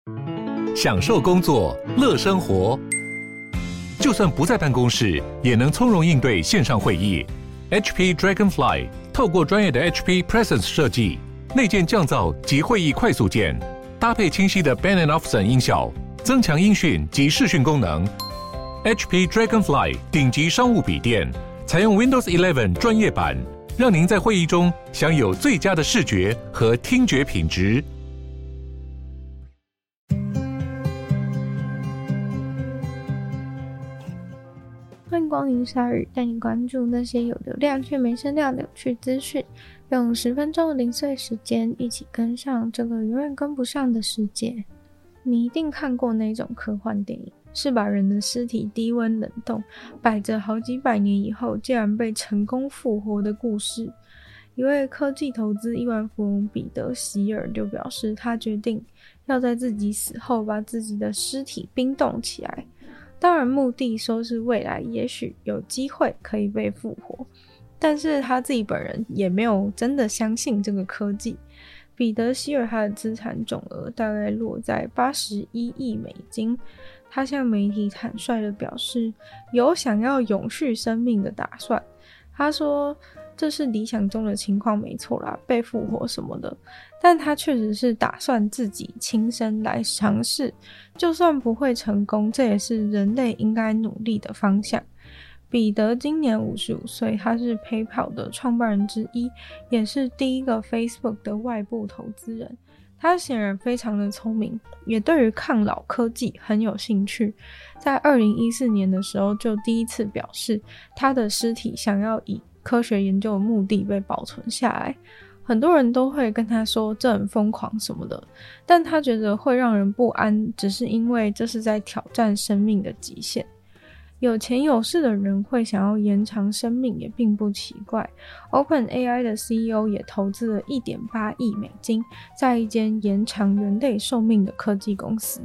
享受工作，乐生活。就算不在办公室，也能从容应对线上会议。HP Dragonfly 透过专业的 HP Presence 设计，内建降噪及会议快速键，搭配清晰的 Bang & Olufsen 音效，增强音讯及视讯功能。HP Dragonfly 顶级商务笔电，采用 Windows 11专业版，让您在会议中享有最佳的视觉和听觉品质。 欢迎光临鲨鱼，带你关注那些有流量却没声量的有趣资讯，用10分钟的零碎时间，一起跟上这个永远跟不上的世界。你一定看过那种科幻电影，是把人的尸体低温冷冻，摆着好几百年以后，竟然被成功复活的故事。一位科技投资亿万富翁彼得·希尔就表示，他决定要在自己死后把自己的尸体冰冻起来。当然目的说是未来也许有机会可以被复活，但是他自己本人也没有真的相信这个科技。彼得·希尔他的资产总额大概落在81亿美金，他向媒体坦率地表示有想要永续生命的打算。他说这是理想中的情况没错啦，被复活什么的，但他确实是打算自己亲身来尝试，就算不会成功，这也是人类应该努力的方向。彼得今年55岁，他是 PayPal 的创办人之一，也是第一个 Facebook 的外部投资人。他显然非常的聪明，也对于抗老科技很有兴趣。在2014年的时候，就第一次表示他的尸体想要以科学研究的目的被保存下来。很多人都会跟他说这很疯狂什么的，但他觉得会让人不安，只是因为这是在挑战生命的极限。有钱有势的人会想要延长生命也并不奇怪。 OpenAI 的 CEO 也投资了 1.8 亿美金在一间延长人类寿命的科技公司。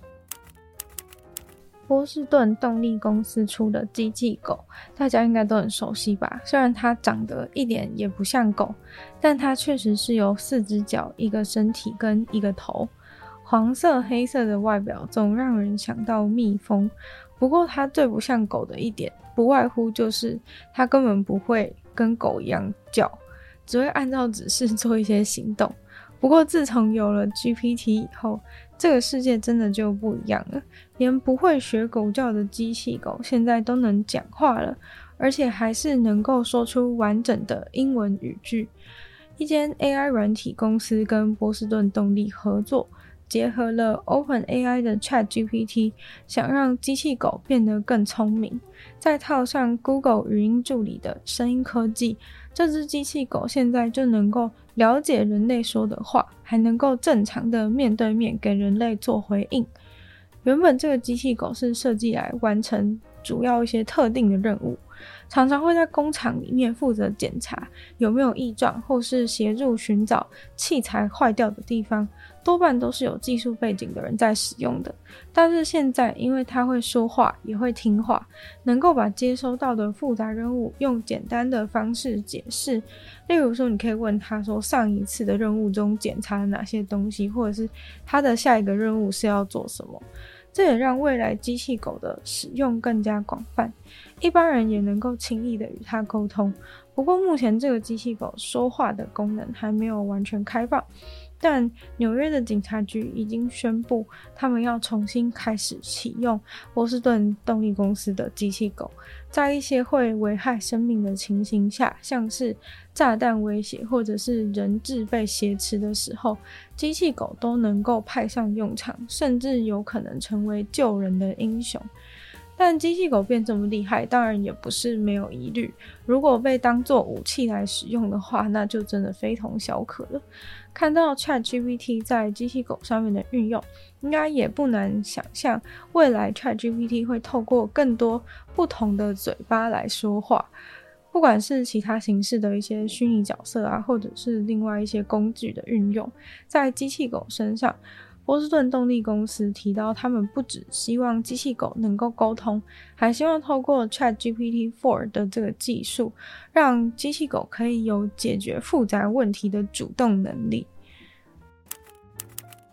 波士顿动力公司出的机器狗，大家应该都很熟悉吧？虽然它长得一点也不像狗，但它确实是由4只脚、一个身体跟一个头。黄色黑色的外表总让人想到蜜蜂，不过它最不像狗的一点，不外乎就是它根本不会跟狗一样叫，只会按照指示做一些行动。不过自从有了 GPT 以后，这个世界真的就不一样了，连不会学狗叫的机器狗现在都能讲话了，而且还是能够说出完整的英文语句。一间 AI 软体公司跟波士顿动力合作，结合了 OpenAI 的 ChatGPT， 想让机器狗变得更聪明，再套上 Google 语音助理的声音科技，这只机器狗现在就能够了解人类说的话，还能够正常的面对面给人类做回应。原本这个机器狗是设计来完成主要一些特定的任务，常常会在工厂里面负责检查有没有异状，或是协助寻找器材坏掉的地方，多半都是有技术背景的人在使用的。但是现在因为它会说话也会听话，能够把接收到的复杂任务用简单的方式解释。例如说你可以问他说上一次的任务中检查了哪些东西，或者是他的下一个任务是要做什么。这也让未来机器狗的使用更加广泛，一般人也能够轻易的与它沟通。不过目前这个机器狗说话的功能还没有完全开放，但纽约的警察局已经宣布他们要重新开始启用波士顿动力公司的机器狗，在一些会危害生命的情形下，像是炸弹威胁或者是人质被挟持的时候，机器狗都能够派上用场，甚至有可能成为救人的英雄。但机器狗变这么厉害，当然也不是没有疑虑，如果被当作武器来使用的话，那就真的非同小可了。看到 ChatGPT 在机器狗上面的运用，应该也不难想象未来 ChatGPT 会透过更多不同的嘴巴来说话，不管是其他形式的一些虚拟角色啊，或者是另外一些工具的运用，在机器狗身上，波士顿动力公司提到，他们不只希望机器狗能够沟通，还希望透过 ChatGPT-4 的这个技术，让机器狗可以有解决复杂问题的主动能力。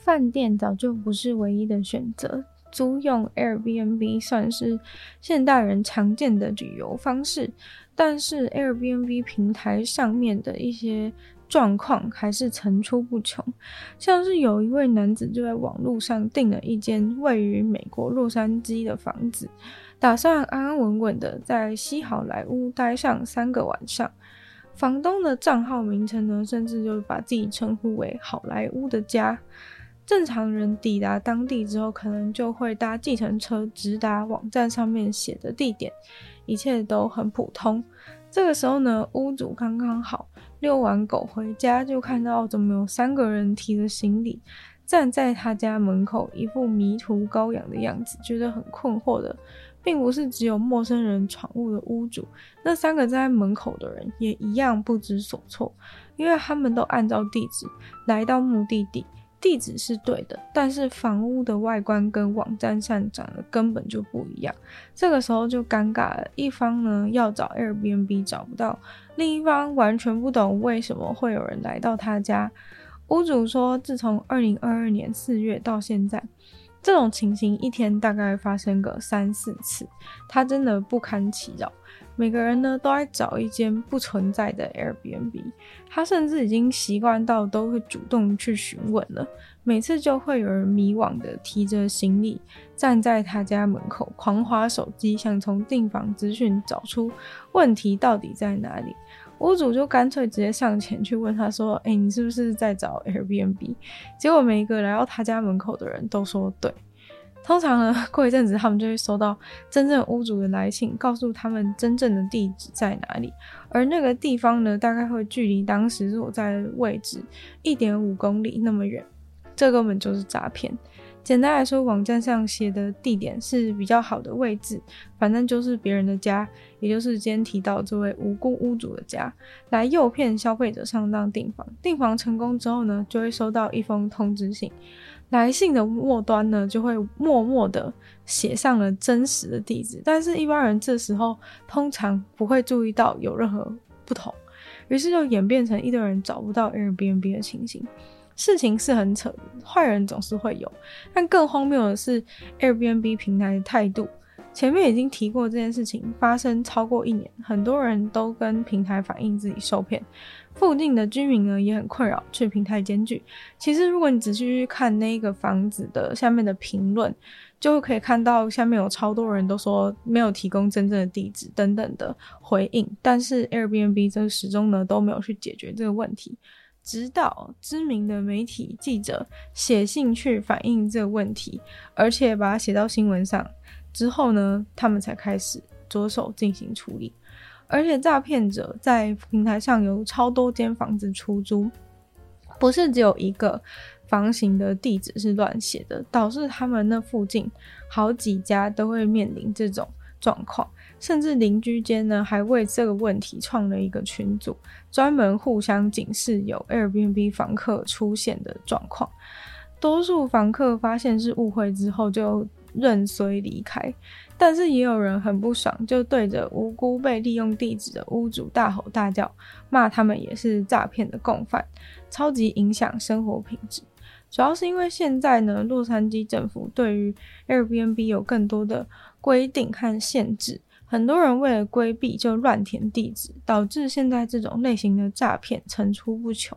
饭店早就不是唯一的选择，租用 Airbnb 算是现代人常见的旅游方式，但是 Airbnb 平台上面的一些状况还是层出不穷。像是有一位男子就在网络上订了一间位于美国洛杉矶的房子，打算安安稳稳的在西好莱坞待上3个晚上。房东的账号名称呢，甚至就把自己称呼为好莱坞的家。正常人抵达当地之后，可能就会搭计程车直达网站上面写的地点，一切都很普通。这个时候呢，屋主刚刚好遛完狗回家，就看到怎么有3个人提着行李站在他家门口，一副迷途羔羊的样子，觉得很困惑的并不是只有陌生人闯入的屋主，那3个站在门口的人也一样不知所措，因为他们都按照地址来到目的地，地址是对的，但是房屋的外观跟网站上长得根本就不一样。这个时候就尴尬了，一方呢要找 Airbnb 找不到，另一方完全不懂为什么会有人来到他家。屋主说，自从2022年4月到现在，这种情形一天大概发生个3-4次，他真的不堪其扰。每个人呢都在找一间不存在的 Airbnb， 他甚至已经习惯到都会主动去询问了，每次就会有人迷惘的提着行李站在他家门口狂滑手机，想从订房资讯找出问题到底在哪里。屋主就干脆直接上前去问他说，你是不是在找 Airbnb？ 结果每一个来到他家门口的人都说对。通常呢，过一阵子他们就会收到真正屋主的来信，告诉他们真正的地址在哪里，而那个地方呢，大概会距离当时所在的位置 1.5 公里那么远。这根本就是诈骗。简单来说，网站上写的地点是比较好的位置，反正就是别人的家，也就是今天提到这位无辜屋主的家，来诱骗消费者上当订房。订房成功之后呢，就会收到一封通知信，来信的末端呢就会默默的写上了真实的地址，但是一般人这时候通常不会注意到有任何不同，于是就演变成一堆人找不到 Airbnb 的情形。事情是很扯的，坏人总是会有，但更荒谬的是 Airbnb 平台的态度。前面已经提过这件事情发生超过1年，很多人都跟平台反映自己受骗，附近的居民呢也很困扰，去平台检举。其实如果你仔细去看那个房子的下面的评论，就可以看到下面有超多人都说没有提供真正的地址等等的回应，但是 Airbnb 这始终呢都没有去解决这个问题。直到知名的媒体记者写信去反映这个问题，而且把它写到新闻上之后呢，他们才开始着手进行处理。而且诈骗者在平台上有超多间房子出租，不是只有一个房型的地址是乱写的，导致他们那附近好几家都会面临这种状况，甚至邻居间呢还为这个问题创了一个群组，专门互相警示有 Airbnb 房客出现的状况。多数房客发现是误会之后就认衰离开，但是也有人很不爽，就对着无辜被利用地址的屋主大吼大叫，骂他们也是诈骗的共犯，超级影响生活品质。主要是因为现在呢，洛杉矶政府对于 Airbnb 有更多的规定和限制，很多人为了规避就乱填地址，导致现在这种类型的诈骗层出不穷。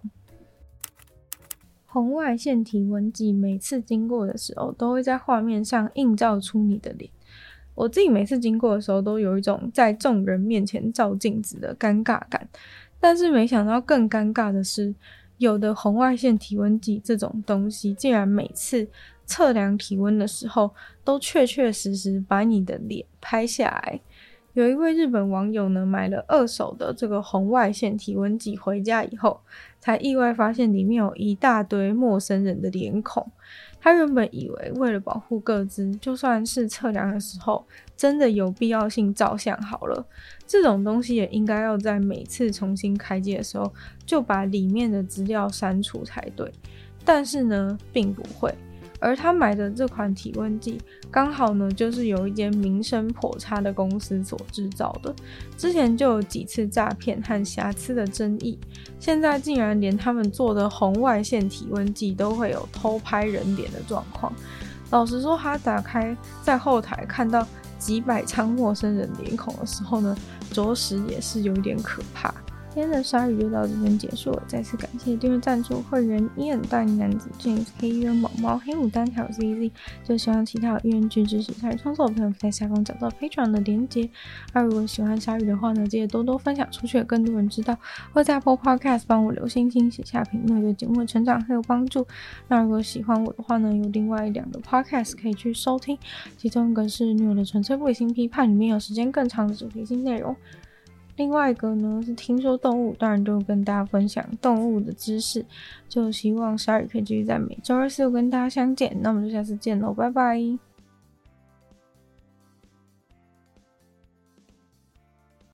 红外线体温计每次经过的时候都会在画面上映照出你的脸，我自己每次经过的时候都有一种在众人面前照镜子的尴尬感，但是没想到更尴尬的是，有的红外线体温计这种东西竟然每次测量体温的时候都确确实实把你的脸拍下来。有一位日本网友呢，买了2手的这个红外线体温计回家以后，才意外发现里面有一大堆陌生人的脸孔。他原本以为为了保护个资，就算是测量的时候真的有必要性照相好了，这种东西也应该要在每次重新开机的时候就把里面的资料删除才对。但是呢并不会， 而他买的这款体温计刚好呢就是有一间名声颇差的公司所制造的，之前就有几次诈骗和瑕疵的争议，现在竟然连他们做的红外线体温计都会有偷拍人脸的状况。老实说，他打开在后台看到几百张陌生人脸孔的时候呢，着实也是有点可怕。今天的鲨鱼就到这边结束了，再次感谢订阅赞助会员Ian、大龄男子 James、黑渊、毛毛、黑牡丹还有 ZZ， 就希望其他有意愿去支持鲨鱼创作的朋友在下方找到 Patreon 的连结。如果喜欢鲨鱼的话呢，记得多多分享出去，更多人知道，或在 Apple Podcast 帮我留星星写下评论，对节目的成长很有帮助。那如果喜欢我的话呢，有另外2个 Podcast 可以去收听，其中一个是女友的纯粹不理性批判，里面有时间更长的主题性内容。另外一个呢是听说动物，当然就跟大家分享动物的知识，就希望鲨鱼可以继续在每周2、4、5跟大家相见，那我们就下次见喽，拜拜。